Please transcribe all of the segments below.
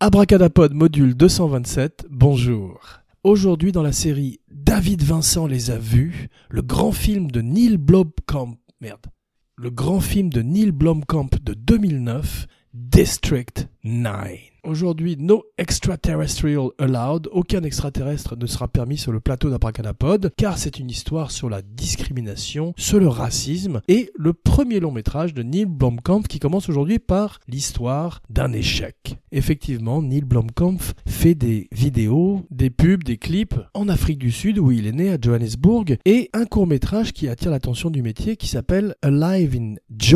Abracadapod module 227, bonjour. Aujourd'hui dans la série David Vincent les a vus, le grand film de Neil Blomkamp de 2009, District 9. Aujourd'hui, no extraterrestrial allowed, aucun extraterrestre ne sera permis sur le plateau d'Abracadapod, car c'est une histoire sur la discrimination, sur le racisme, et le premier long métrage de Neil Blomkamp qui commence aujourd'hui par l'histoire d'un échec. Effectivement, Neil Blomkamp fait des vidéos, des pubs, des clips en Afrique du Sud où il est né à Johannesburg, et un court métrage qui attire l'attention du métier qui s'appelle Alive in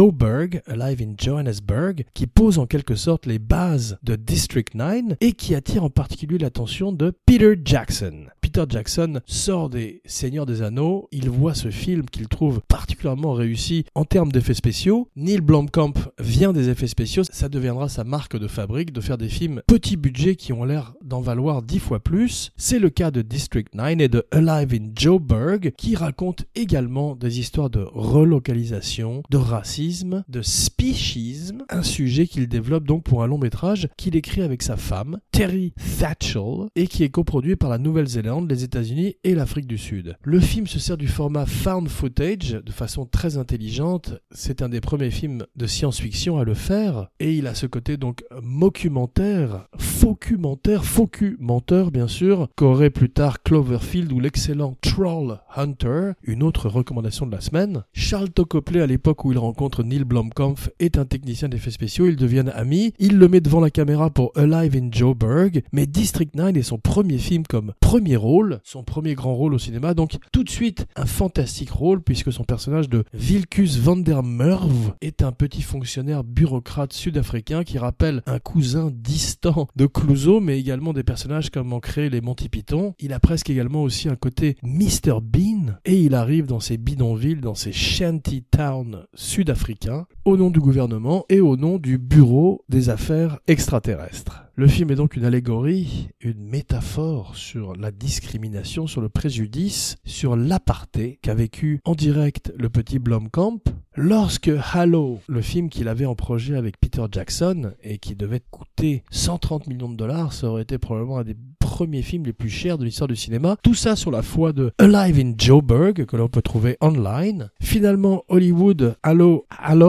Johannesburg, qui pose en quelque sorte les bases de District 9 et qui attire en particulier l'attention de Peter Jackson. Peter Jackson sort des Seigneurs des Anneaux, il voit ce film qu'il trouve particulièrement réussi en termes d'effets spéciaux. Neil Blomkamp vient des effets spéciaux, ça deviendra sa marque de fabrique de faire des films petit budget qui ont l'air d'en valoir 10 fois plus. C'est le cas de District 9 et de Alive in Joburg qui raconte également des histoires de relocalisation, de racisme, de speciesisme, un sujet qu'il développe donc pour un long métrage qu'il écrit avec sa femme, Terry Thatchell, et qui est coproduit par la Nouvelle-Zélande, les États-Unis et l'Afrique du Sud. Le film se sert du format found footage de façon très intelligente. C'est un des premiers films de science-fiction à le faire, et il a ce côté donc mockumentaire, focumentaire bien sûr, qu'aurait plus tard Cloverfield ou l'excellent Troll Hunter, une autre recommandation de la semaine. Sharlto Copley, à l'époque où il rencontre Neil Blomkamp, est un technicien d'effets spéciaux, ils deviennent amis, il le met devant la caméra pour Alive in Joburg, mais District 9 est son premier film comme premier rôle, son premier grand rôle au cinéma, donc tout de suite un fantastique rôle puisque son personnage de Wilkus van der Merwe est un petit fonctionnaire bureaucrate sud-africain qui rappelle un cousin distant de Clouseau, mais également des personnages comme en créé les Monty Python. Il a presque également aussi un côté Mr Bean et il arrive dans ces bidonvilles, dans ces shanty towns sud-africains au nom du gouvernement et au nom du bureau des affaires extraterrestres. Le film est donc une allégorie, une métaphore sur la discrimination, sur le préjudice, sur l'apartheid qu'a vécu en direct le petit Blomkamp lorsque Halo, le film qu'il avait en projet avec Peter Jackson et qui devait coûter 130 millions de dollars, ça aurait été probablement un des premiers films les plus chers de l'histoire du cinéma. Tout ça sur la foi de Alive in Joburg que l'on peut trouver online. Finalement, Hollywood, Halo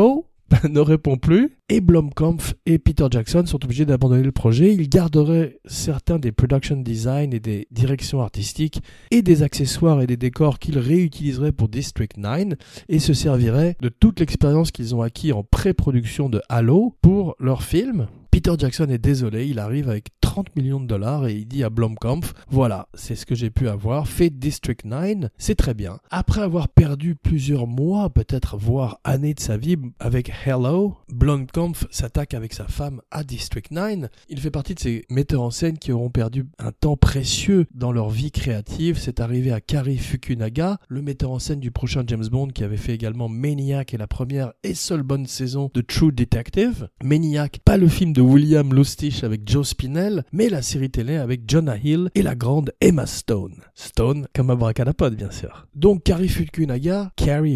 ne répond plus et Blomkamp et Peter Jackson sont obligés d'abandonner le projet. Ils garderaient certains des production design et des directions artistiques et des accessoires et des décors qu'ils réutiliseraient pour District 9 et se serviraient de toute l'expérience qu'ils ont acquis en pré-production de Halo pour leur film. Peter Jackson est désolé, il arrive avec 30 millions de dollars et il dit à Blomkamp, voilà, c'est ce que j'ai pu avoir, fais District 9, c'est très bien. Après avoir perdu plusieurs mois, peut-être voire années de sa vie avec Hello, Blomkamp s'attaque avec sa femme à District 9. Il fait partie de ces metteurs en scène qui auront perdu un temps précieux dans leur vie créative. C'est arrivé à Cary Fukunaga, le metteur en scène du prochain James Bond qui avait fait également Maniac et la première et seule bonne saison de True Detective. Maniac, pas le film de William Lustig avec Joe Spinell, mais la série télé avec Jonah Hill et la grande Emma Stone. Stone comme Abracadapod, bien sûr. Donc Cary Fukunaga,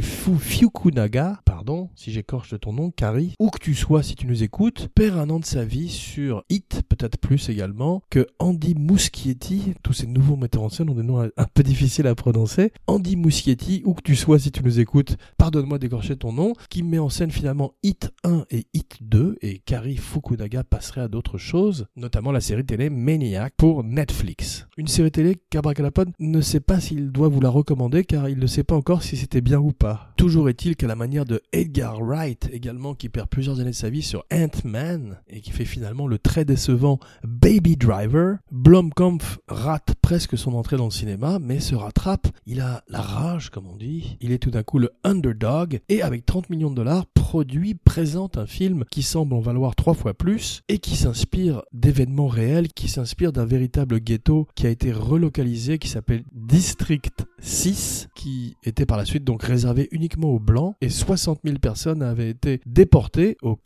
si j'écorche de ton nom, Cary, où que tu sois si tu nous écoutes, perd un an de sa vie sur Hit, peut-être plus également, que Andy Muschietti, tous ces nouveaux metteurs en scène ont des noms un peu difficiles à prononcer, Andy Muschietti, où que tu sois si tu nous écoutes, pardonne-moi d'écorcher ton nom, qui met en scène finalement Hit 1 et Hit 2, et Cary Fukunaga passerait à d'autres choses, notamment la série télé Maniac pour Netflix. Une série télé qu'Abracadapod ne sait pas s'il doit vous la recommander car il ne sait pas encore si c'était bien ou pas. Toujours est-il qu'à la manière de Edgar Wright également qui perd plusieurs années de sa vie sur Ant-Man et qui fait finalement le très décevant Baby Driver, Blomkamp rate presque son entrée dans le cinéma mais se rattrape, il a la rage comme on dit, il est tout d'un coup le underdog et avec 30 millions de dollars présente un film qui semble en valoir 3 fois plus et qui s'inspire d'événements réels, qui s'inspire d'un véritable ghetto qui a été relocalisé, qui s'appelle District 6, qui était par la suite donc réservé uniquement aux Blancs et 60 000 personnes avaient été déportées au Cape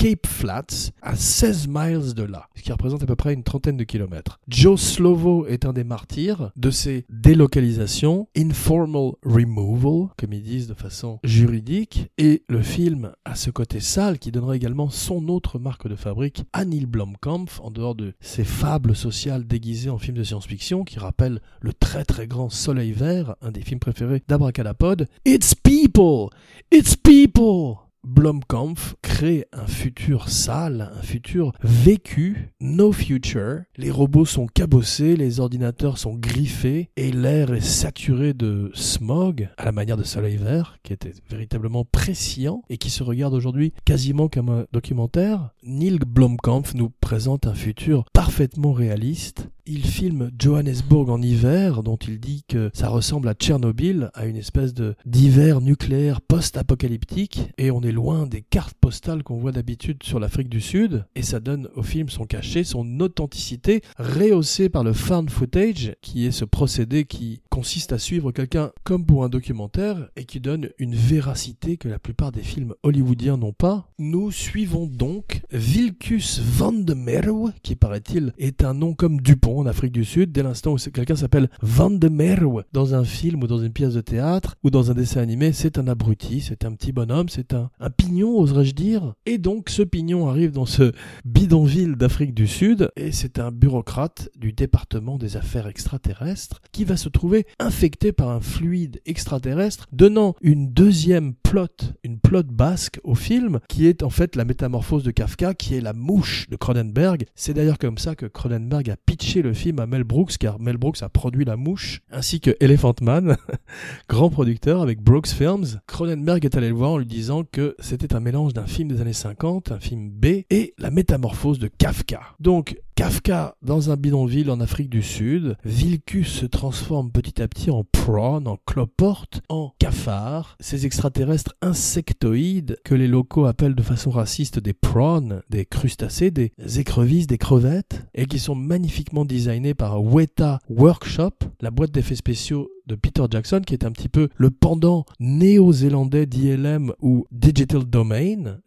Cape Flats, à 16 miles de là, ce qui représente à peu près une trentaine de kilomètres. Joe Slovo est un des martyrs de ces délocalisations, informal removal, comme ils disent de façon juridique, et le film a ce côté sale qui donnera également son autre marque de fabrique à Neil Blomkamp, en dehors de ses fables sociales déguisées en film de science-fiction qui rappellent le très très grand Soleil Vert, un des films préférés d'Abracadapod. It's people! It's people! Blomkamp crée un futur sale, un futur vécu, no future. Les robots sont cabossés, les ordinateurs sont griffés et l'air est saturé de smog, à la manière de Soleil Vert, qui était véritablement prescient et qui se regarde aujourd'hui quasiment comme un documentaire. Neil Blomkamp nous présente un futur parfaitement réaliste. Il filme Johannesburg en hiver, dont il dit que ça ressemble à Tchernobyl, à une espèce d'hiver nucléaire post-apocalyptique, et on est loin des cartes postales qu'on voit d'habitude sur l'Afrique du Sud, et ça donne au film son cachet, son authenticité, rehaussée par le found footage, qui est ce procédé qui consiste à suivre quelqu'un comme pour un documentaire, et qui donne une véracité que la plupart des films hollywoodiens n'ont pas. Nous suivons donc Wilkus van de Merwe, qui paraît-il est un nom comme Dupont en Afrique du Sud, dès l'instant où quelqu'un s'appelle Van de Merwe dans un film ou dans une pièce de théâtre ou dans un dessin animé, c'est un abruti, c'est un petit bonhomme, c'est un pignon, oserais-je dire. Et donc ce pignon arrive dans ce bidonville d'Afrique du Sud et c'est un bureaucrate du département des affaires extraterrestres qui va se trouver infecté par un fluide extraterrestre, donnant une deuxième une plot basque au film qui est en fait la métamorphose de Kafka, qui est la mouche de Cronenberg. C'est d'ailleurs comme ça que Cronenberg a pitché le film à Mel Brooks, car Mel Brooks a produit La Mouche, ainsi que Elephant Man, grand producteur avec Brooks Films. Cronenberg est allé le voir en lui disant que c'était un mélange d'un film des années 50, un film B, et la métamorphose de Kafka. Donc, Kafka dans un bidonville en Afrique du Sud, Wilkus se transforme petit à petit en prawn, en cloporte, en cafard. Ces extraterrestres insectoïdes que les locaux appellent de façon raciste des prawns, des crustacés, des écrevisses, des crevettes, et qui sont magnifiquement designés par Weta Workshop, la boîte d'effets spéciaux de Peter Jackson, qui est un petit peu le pendant néo-zélandais d'ILM ou Digital Domain,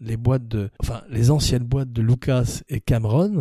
les anciennes boîtes de Lucas et Cameron,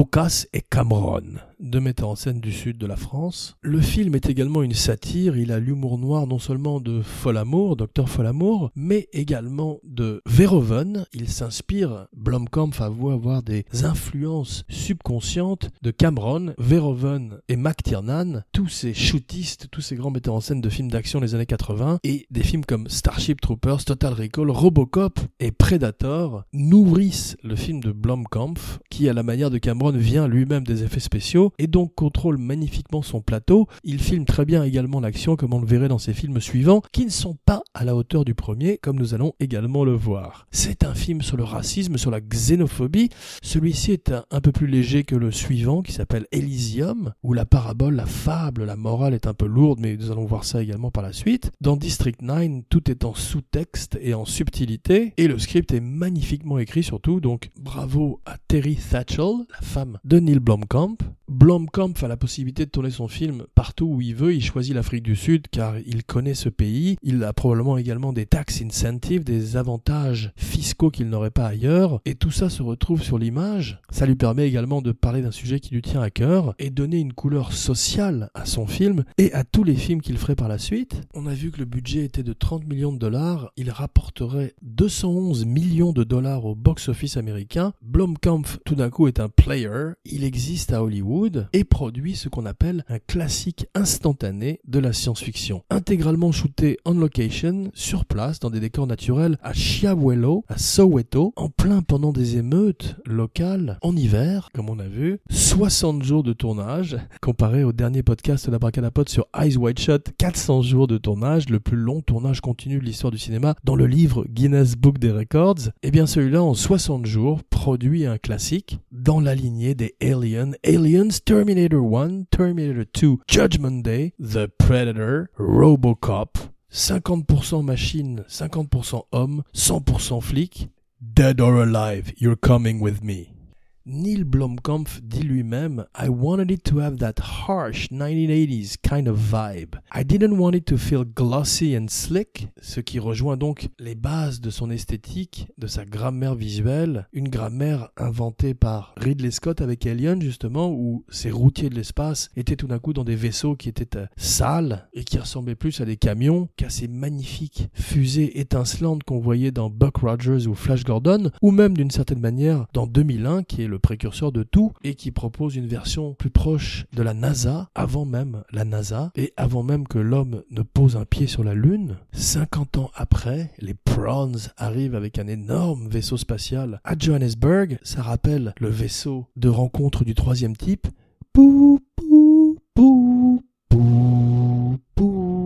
deux metteurs en scène du sud de la France. Le film est également une satire, il a l'humour noir non seulement de Folamour, Dr Folamour, mais également de Verhoeven. Il s'inspire, Blomkamp avoue avoir des influences subconscientes de Cameron, Verhoeven et McTiernan, tous ces shootistes, tous ces grands metteurs en scène de films d'action des années 80, et des films comme Starship Troopers, Total Recall, Robocop et Predator nourrissent le film de Blomkamp, qui à la manière de Cameron vient lui-même des effets spéciaux et donc contrôle magnifiquement son plateau. Il filme très bien également l'action, comme on le verrait dans ses films suivants, qui ne sont pas à la hauteur du premier, comme nous allons également le voir. C'est un film sur le racisme, sur la xénophobie. Celui-ci est un peu plus léger que le suivant, qui s'appelle Elysium, où la parabole, la fable, la morale est un peu lourde, mais nous allons voir ça également par la suite. Dans District 9, tout est en sous-texte et en subtilité, et le script est magnifiquement écrit surtout, donc bravo à Terry Satchell, la femme de Neil Blomkamp. Blomkamp a la possibilité de tourner son film partout où il veut. Il choisit l'Afrique du Sud car il connaît ce pays. Il a probablement également des tax incentives, des avantages fiscaux qu'il n'aurait pas ailleurs. Et tout ça se retrouve sur l'image. Ça lui permet également de parler d'un sujet qui lui tient à cœur et donner une couleur sociale à son film et à tous les films qu'il ferait par la suite. On a vu que le budget était de 30 millions de dollars. Il rapporterait 211 millions de dollars au box-office américain. Blomkamp, tout d'un coup, est un player. Il existe à Hollywood et produit ce qu'on appelle un classique instantané de la science-fiction. Intégralement shooté on location, sur place, dans des décors naturels à Chiawelo, à Soweto, en plein pendant des émeutes locales, en hiver, comme on a vu. 60 jours de tournage, comparé au dernier podcast de la Bracadapod sur Eyes Wide Shut, 400 jours de tournage, le plus long tournage continu de l'histoire du cinéma dans le livre Guinness Book des Records. Et bien celui-là, en 60 jours, produit un classique dans la lignée des Aliens, Terminator 1, Terminator 2, Judgment Day, The Predator, Robocop, 50% machine, 50% homme, 100% flic, Dead or Alive, You're Coming With Me. Neil Blomkamp dit lui-même « I wanted it to have that harsh 1980s kind of vibe. I didn't want it to feel glossy and slick », ce qui rejoint donc les bases de son esthétique, de sa grammaire visuelle, une grammaire inventée par Ridley Scott avec Alien justement, où ces routiers de l'espace étaient tout d'un coup dans des vaisseaux qui étaient sales et qui ressemblaient plus à des camions qu'à ces magnifiques fusées étincelantes qu'on voyait dans Buck Rogers ou Flash Gordon, ou même d'une certaine manière dans 2001, qui est le précurseur de tout et qui propose une version plus proche de la NASA, avant même la NASA et avant même que l'homme ne pose un pied sur la Lune. 50 ans après, les Prawns arrivent avec un énorme vaisseau spatial à Johannesburg. Ça rappelle le vaisseau de rencontre du troisième type. Pou, pou, pou, pou, pou.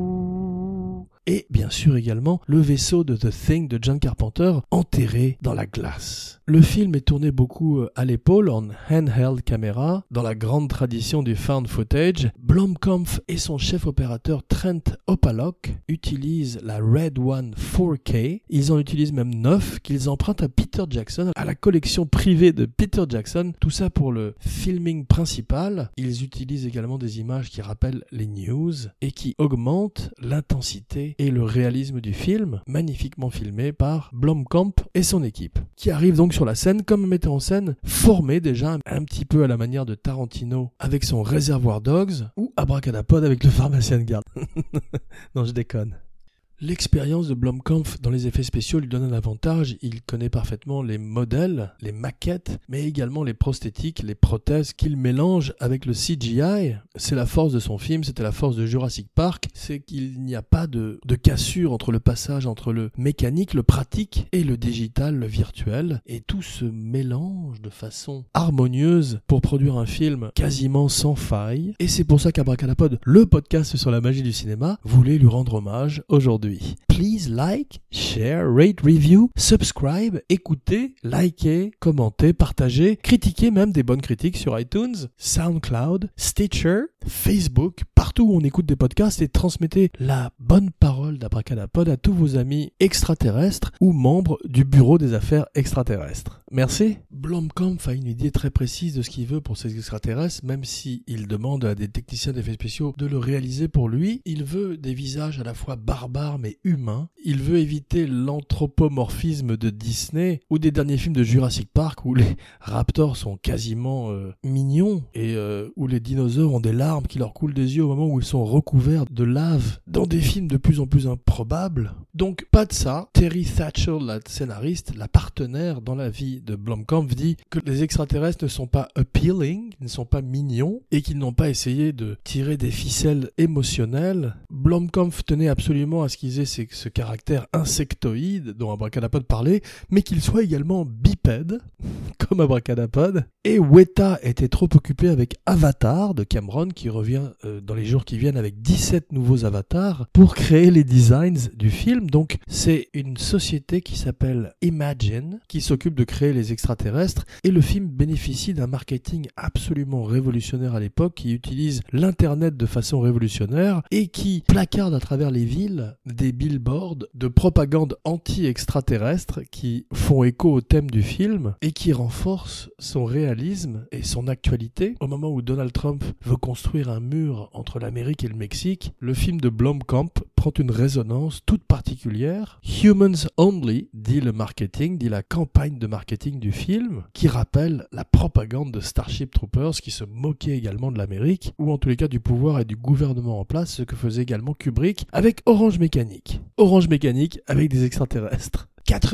Et bien sûr également le vaisseau de The Thing de John Carpenter enterré dans la glace. Le film est tourné beaucoup à l'épaule en handheld camera, dans la grande tradition du found footage. Blomkamp et son chef opérateur Trent Opalock utilisent la Red One 4K. Ils en utilisent même 9 qu'ils empruntent à Peter Jackson, à la collection privée de Peter Jackson. Tout ça pour le filming principal. Ils utilisent également des images qui rappellent les news et qui augmentent l'intensité et le réalisme du film, magnifiquement filmé par Blomkamp et son équipe, qui arrive donc sur la scène comme un metteur en scène formé déjà un petit peu à la manière de Tarantino avec son Reservoir Dogs ou Abracadapod avec le pharmacien de garde. Non, je déconne. L'expérience de Blomkamp dans les effets spéciaux lui donne un avantage. Il connaît parfaitement les modèles, les maquettes, mais également les prosthétiques, les prothèses qu'il mélange avec le CGI. C'est la force de son film, c'était la force de Jurassic Park, c'est qu'il n'y a pas de cassure entre le passage entre le mécanique, le pratique et le digital, le virtuel. Et tout se mélange de façon harmonieuse pour produire un film quasiment sans faille. Et c'est pour ça qu'Abracadapod, le podcast sur la magie du cinéma, voulait lui rendre hommage aujourd'hui. Please like, share, rate, review, subscribe, écoutez, likez, commentez, partagez, critiquez même des bonnes critiques sur iTunes, SoundCloud, Stitcher, Facebook, partout où on écoute des podcasts, et transmettez la bonne parole d'Abracadapod à tous vos amis extraterrestres ou membres du bureau des affaires extraterrestres. Merci. Blomkamp a une idée très précise de ce qu'il veut pour ces extraterrestres, même s'il demande à des techniciens d'effets spéciaux de le réaliser pour lui. Il veut des visages à la fois barbares mais humains. Il veut éviter l'anthropomorphisme de Disney ou des derniers films de Jurassic Park où les raptors sont quasiment mignons et où les dinosaures ont des larmes qui leur coulent des yeux au moment où ils sont recouverts de lave dans des films de plus en plus improbables. Donc pas de ça. Terry Thatcher, la scénariste, la partenaire dans la vie de Blomkamp, dit que les extraterrestres ne sont pas appealing, ne sont pas mignons et qu'ils n'ont pas essayé de tirer des ficelles émotionnelles. Blomkamp tenait absolument à ce qu'ils aient ce caractère insectoïde dont Abracadapod parlait, mais qu'ils soient également bipèdes, comme Abracadapod. Et Weta était trop occupé avec Avatar de Cameron, qui revient dans les jours qui viennent avec 17 nouveaux avatars pour créer les designs du film. Donc c'est une société qui s'appelle Imagine, qui s'occupe de créer les extraterrestres, et le film bénéficie d'un marketing absolument révolutionnaire à l'époque, qui utilise l'internet de façon révolutionnaire et qui placarde à travers les villes des billboards de propagande anti-extraterrestre qui font écho au thème du film et qui renforcent son réalisme et son actualité. Au moment où Donald Trump veut construire un mur entre l'Amérique et le Mexique, le film de Blomkamp prend une résonance toute particulière. Humans Only, dit le marketing, dit la campagne de marketing du film, qui rappelle la propagande de Starship Troopers, qui se moquait également de l'Amérique, ou en tous les cas du pouvoir et du gouvernement en place, ce que faisait également Kubrick avec Orange Mécanique. Orange Mécanique avec des extraterrestres.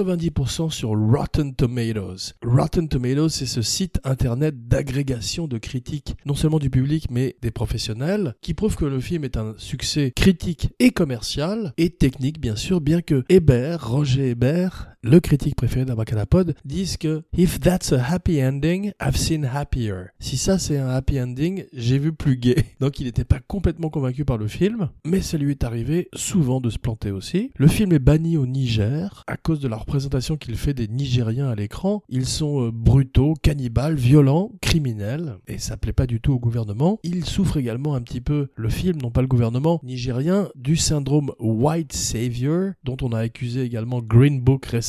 90% sur Rotten Tomatoes. Rotten Tomatoes, c'est ce site internet d'agrégation de critiques, non seulement du public, mais des professionnels, qui prouve que le film est un succès critique et commercial, et technique bien sûr, bien que Roger Ebert, le critique préféré d'Abracadapod, dise que « If that's a happy ending, I've seen happier ». Si ça c'est un happy ending, j'ai vu plus gai. Donc il n'était pas complètement convaincu par le film, mais ça lui est arrivé souvent de se planter aussi. Le film est banni au Niger à cause de la représentation qu'il fait des Nigériens à l'écran. Ils sont brutaux, cannibales, violents, criminels, et ça plaît pas du tout au gouvernement. Il souffre également un petit peu, le film, non pas le gouvernement nigérien, du syndrome White Savior, dont on a accusé également Green Book récemment,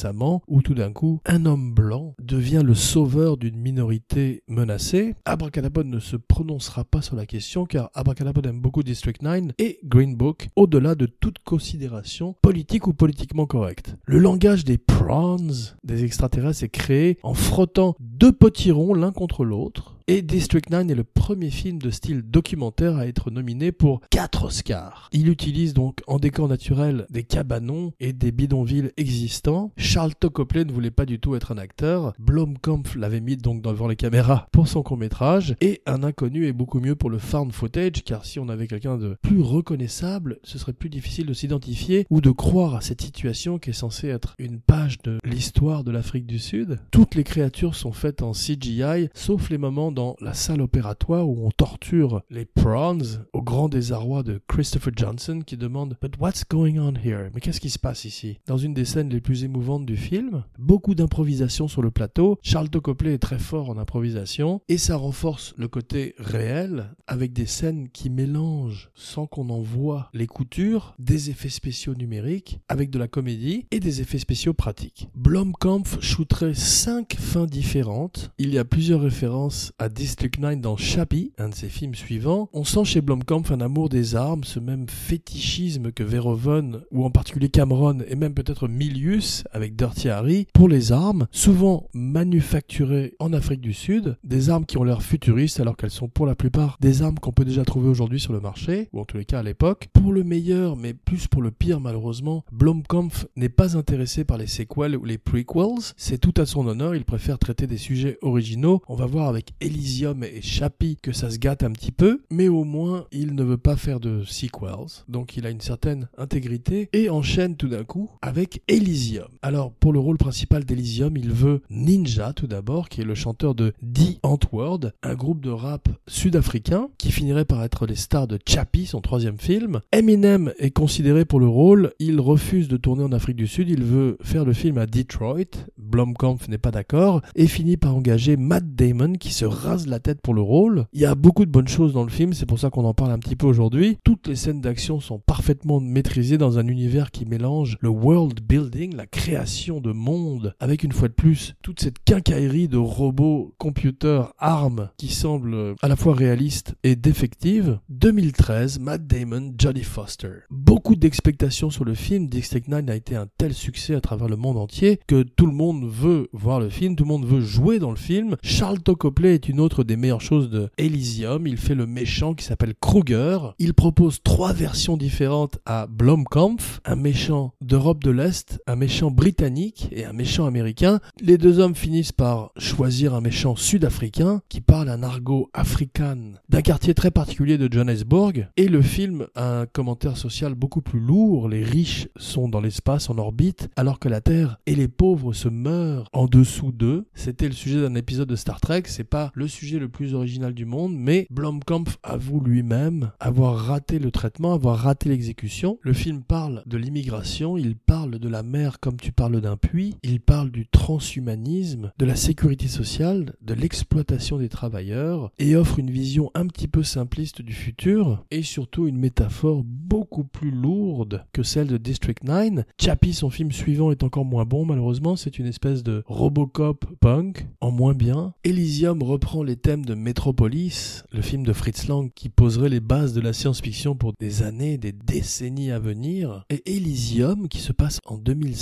récemment, où tout d'un coup, un homme blanc devient le sauveur d'une minorité menacée. Abracadabra ne se prononcera pas sur la question, car Abracadabra aime beaucoup District 9 et Green Book, au-delà de toute considération politique ou politiquement correcte. Le langage des prawns, des extraterrestres, est créé en frottant deux potirons l'un contre l'autre. Et District 9 est le premier film de style documentaire à être nominé pour 4 Oscars. Il utilise donc en décor naturel des cabanons et des bidonvilles existants. Sharlto Copley ne voulait pas du tout être un acteur. Blomkamp l'avait mis donc devant les caméras pour son court-métrage. Et un inconnu est beaucoup mieux pour le found footage, car si on avait quelqu'un de plus reconnaissable, ce serait plus difficile de s'identifier ou de croire à cette situation qui est censée être une page de l'histoire de l'Afrique du Sud. Toutes les créatures sont faites en CGI, sauf les moments dans la salle opératoire où on torture les prawns, au grand désarroi de Christopher Johnson qui demande « But what's going on here ?» Mais qu'est-ce qui se passe ici ? Dans une des scènes les plus émouvantes du film, beaucoup d'improvisation sur le plateau. Sharlto Copley est très fort en improvisation et ça renforce le côté réel avec des scènes qui mélangent, sans qu'on en voie les coutures, des effets spéciaux numériques avec de la comédie et des effets spéciaux pratiques. Blomkamp shooterait 5 fins différentes. Il y a plusieurs références à District 9 dans Chappie, un de ses films suivants. On sent chez Blomkamp un amour des armes, ce même fétichisme que Verhoeven, ou en particulier Cameron, et même peut-être Milius avec Dirty Harry, pour les armes, souvent manufacturées en Afrique du Sud, des armes qui ont l'air futuristes alors qu'elles sont pour la plupart des armes qu'on peut déjà trouver aujourd'hui sur le marché, ou en tous les cas à l'époque. Pour le meilleur, mais plus pour le pire malheureusement, Blomkamp n'est pas intéressé par les sequels ou les prequels, c'est tout à son honneur, il préfère traiter des sujets originaux. On va voir avec Elysium et Chappie que ça se gâte un petit peu, mais au moins il ne veut pas faire de sequels, donc il a une certaine intégrité et enchaîne tout d'un coup avec Elysium. Alors pour le rôle principal d'Elysium, il veut Ninja tout d'abord, qui est le chanteur de The Antwoord, un groupe de rap sud-africain qui finirait par être les stars de Chappie, son 3e film. Eminem est considéré pour le rôle, il refuse de tourner en Afrique du Sud, il veut faire le film à Detroit, Blomkamp n'est pas d'accord et finit par engager Matt Damon qui se rase la tête pour le rôle. Il y a beaucoup de bonnes choses dans le film, c'est pour ça qu'on en parle un petit peu aujourd'hui. Toutes les scènes d'action sont parfaitement maîtrisées dans un univers qui mélange le world building, la création de monde, avec une fois de plus toute cette quincaillerie de robots, computers, armes qui semble à la fois réaliste et défective. 2013, Matt Damon, Jodie Foster. Beaucoup d'expectations sur le film. District 9 a été un tel succès à travers le monde entier que tout le monde veut voir le film, tout le monde veut jouer dans le film. Sharlto Copley est une autre des meilleures choses de Elysium. Il fait le méchant qui s'appelle Kruger. Il propose 3 versions différentes à Blomkamp, un méchant d'Europe de l'Est, un méchant britannique et un méchant américain. Les deux hommes finissent par choisir un méchant sud-africain qui parle un argot africain d'un quartier très particulier de Johannesburg. Et le film a un commentaire social beaucoup plus lourd. Les riches sont dans l'espace, en orbite, alors que la Terre et les pauvres se meurent en dessous d'eux. C'était le sujet d'un épisode de Star Trek. C'est pas le sujet le plus original du monde, mais Blomkamp avoue lui-même avoir raté le traitement, avoir raté l'exécution. Le film parle de l'immigration, il parle de la mer comme tu parles d'un puits, il parle du transhumanisme, de la sécurité sociale, de l'exploitation des travailleurs, et offre une vision un petit peu simpliste du futur, et surtout une métaphore beaucoup plus lourde que celle de District 9. Chappie, son film suivant, est encore moins bon malheureusement, c'est une espèce de Robocop punk, en moins bien. Elysium reprend les thèmes de Metropolis, le film de Fritz Lang qui poserait les bases de la science-fiction pour des années, des décennies à venir. Et Elysium, qui se passe en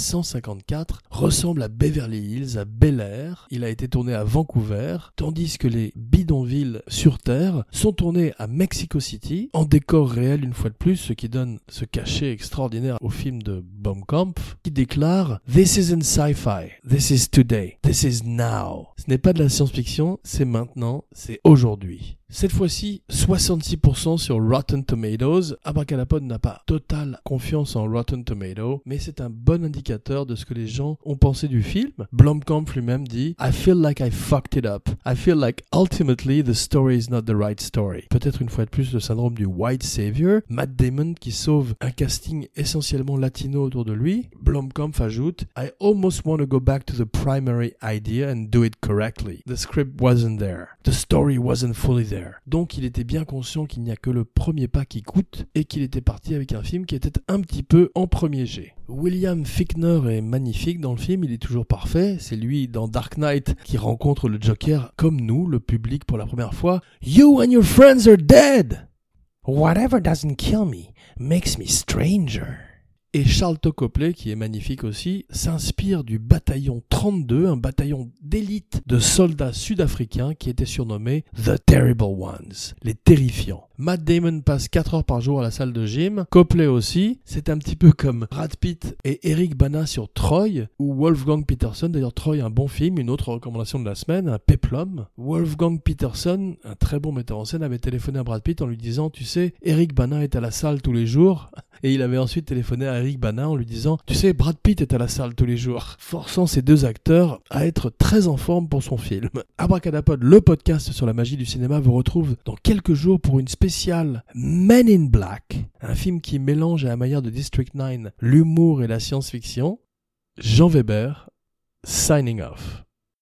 2154, ressemble à Beverly Hills, à Bel Air. Il a été tourné à Vancouver, tandis que les bidonvilles sur Terre sont tournés à Mexico City, en décor réel une fois de plus, ce qui donne ce cachet extraordinaire au film de Blomkamp, qui déclare « This isn't sci-fi, this is today, this is now ». Ce n'est pas de la science-fiction, c'est maintenant, c'est aujourd'hui. Cette fois-ci, 66% sur Rotten Tomatoes. Abracadapod n'a pas totale confiance en Rotten Tomatoes, mais c'est un bon indicateur de ce que les gens ont pensé du film. Blomkamp lui-même dit « I feel like I fucked it up. I feel like ultimately the story is not the right story ». Peut-être une fois de plus le syndrome du white savior. Matt Damon qui sauve un casting essentiellement latino autour de lui. Blomkamp ajoute « I almost want to go back to the primary idea and do it correctly. The script wasn't there. The story wasn't fully there. There. Donc il était bien conscient qu'il n'y a que le premier pas qui coûte et qu'il était parti avec un film qui était un petit peu en premier jet. William Fichtner est magnifique dans le film, il est toujours parfait. C'est lui dans Dark Knight qui rencontre le Joker comme nous, le public pour la première fois. You and your friends are dead. Whatever doesn't kill me makes me stranger. Et Sharlto Copley, qui est magnifique aussi, s'inspire du bataillon 32, un bataillon d'élite de soldats sud-africains qui était surnommé The Terrible Ones, les terrifiants. Matt Damon passe 4 heures par jour à la salle de gym, Copley aussi. C'est un petit peu comme Brad Pitt et Eric Bana sur Troy, ou Wolfgang Peterson. D'ailleurs, Troy, un bon film, une autre recommandation de la semaine, un péplum. Wolfgang Peterson, un très bon metteur en scène, avait téléphoné à Brad Pitt en lui disant « Tu sais, Eric Bana est à la salle tous les jours ». Et il avait ensuite téléphoné à Eric Bana en lui disant « Tu sais, Brad Pitt est à la salle tous les jours », forçant ces deux acteurs à être très en forme pour son film. Abracadapod, le podcast sur la magie du cinéma, vous retrouve dans quelques jours pour une spéciale Men in Black, un film qui mélange à la manière de District 9 l'humour et la science-fiction. Jean Weber, signing off.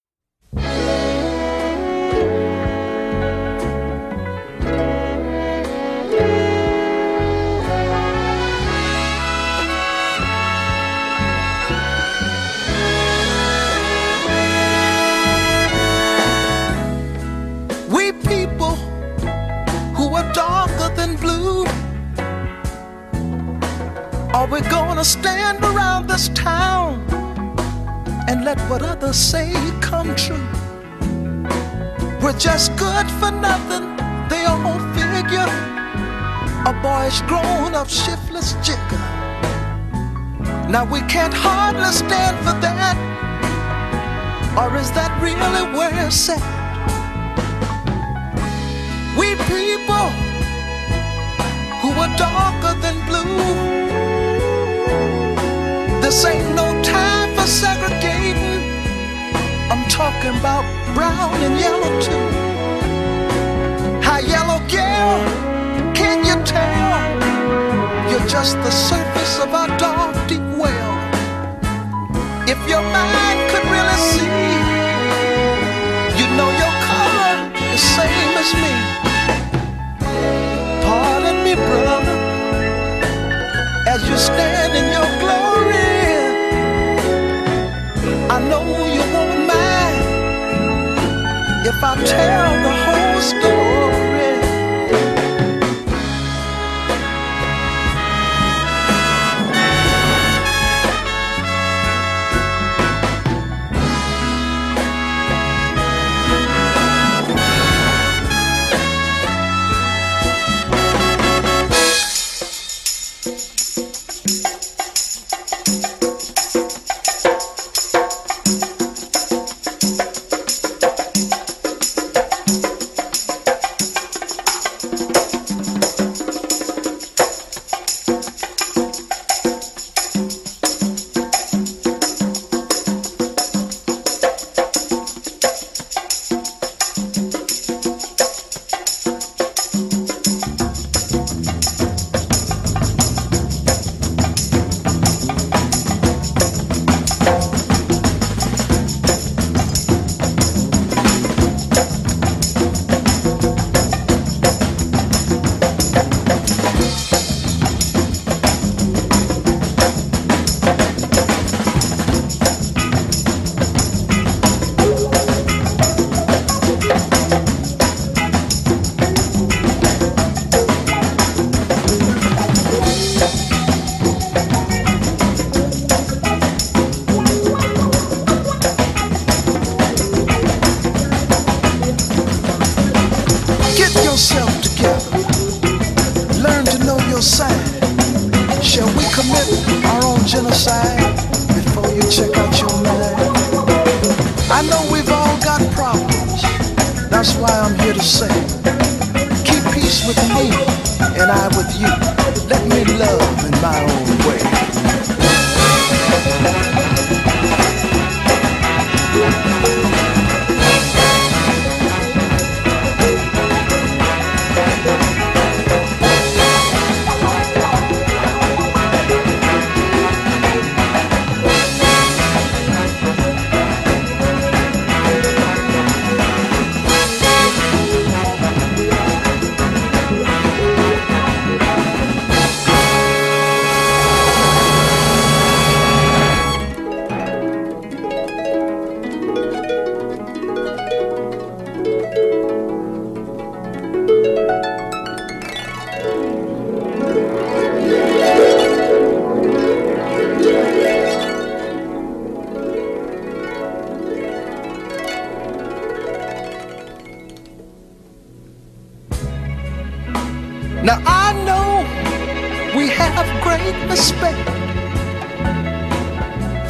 Are we gonna stand around this town and let what others say come true? We're just good for nothing, they all figure. A boy's grown up shiftless jigger. Now we can't hardly stand for that. Or is that really where it's at? We people who are darker than blue, this ain't no time for segregating. I'm talking about brown and yellow too. Hi, yellow girl, can you tell? You're just the surface of our dark, deep well. If your mind could really see, you know your color is same as me. Pardon me, brother, as you stand in your glory. I know you won't mind if I tell the whole story.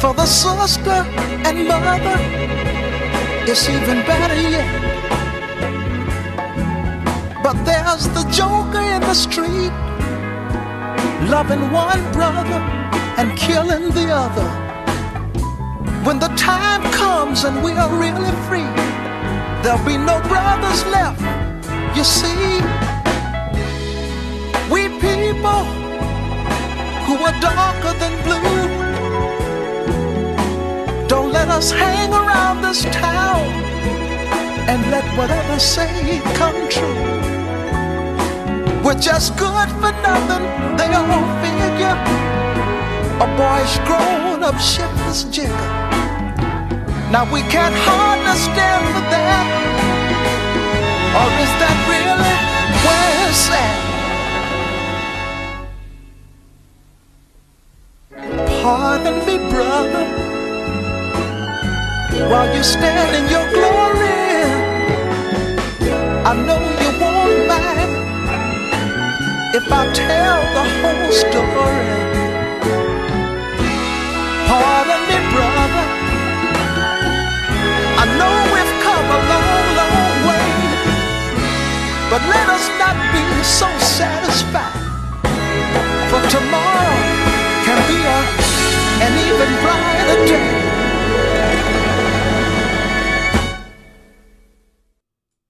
For the sister and mother, it's even better yet. But there's the joker in the street, loving one brother and killing the other. When the time comes and we are really free, there'll be no brothers left, you see. We people who are darker than blue, don't let us hang around this town and let whatever say come true. We're just good for nothing, they all figure. A boy's grown up shiftless jigger. Now we can't hardly stand for that. Or is that really where it's at? Pardon me, brother, while you stand in your glory. I know you won't mind if I tell the whole story. Pardon me, brother, I know we've come a long, long way, but let us not be so satisfied, for tomorrow can be an even brighter day.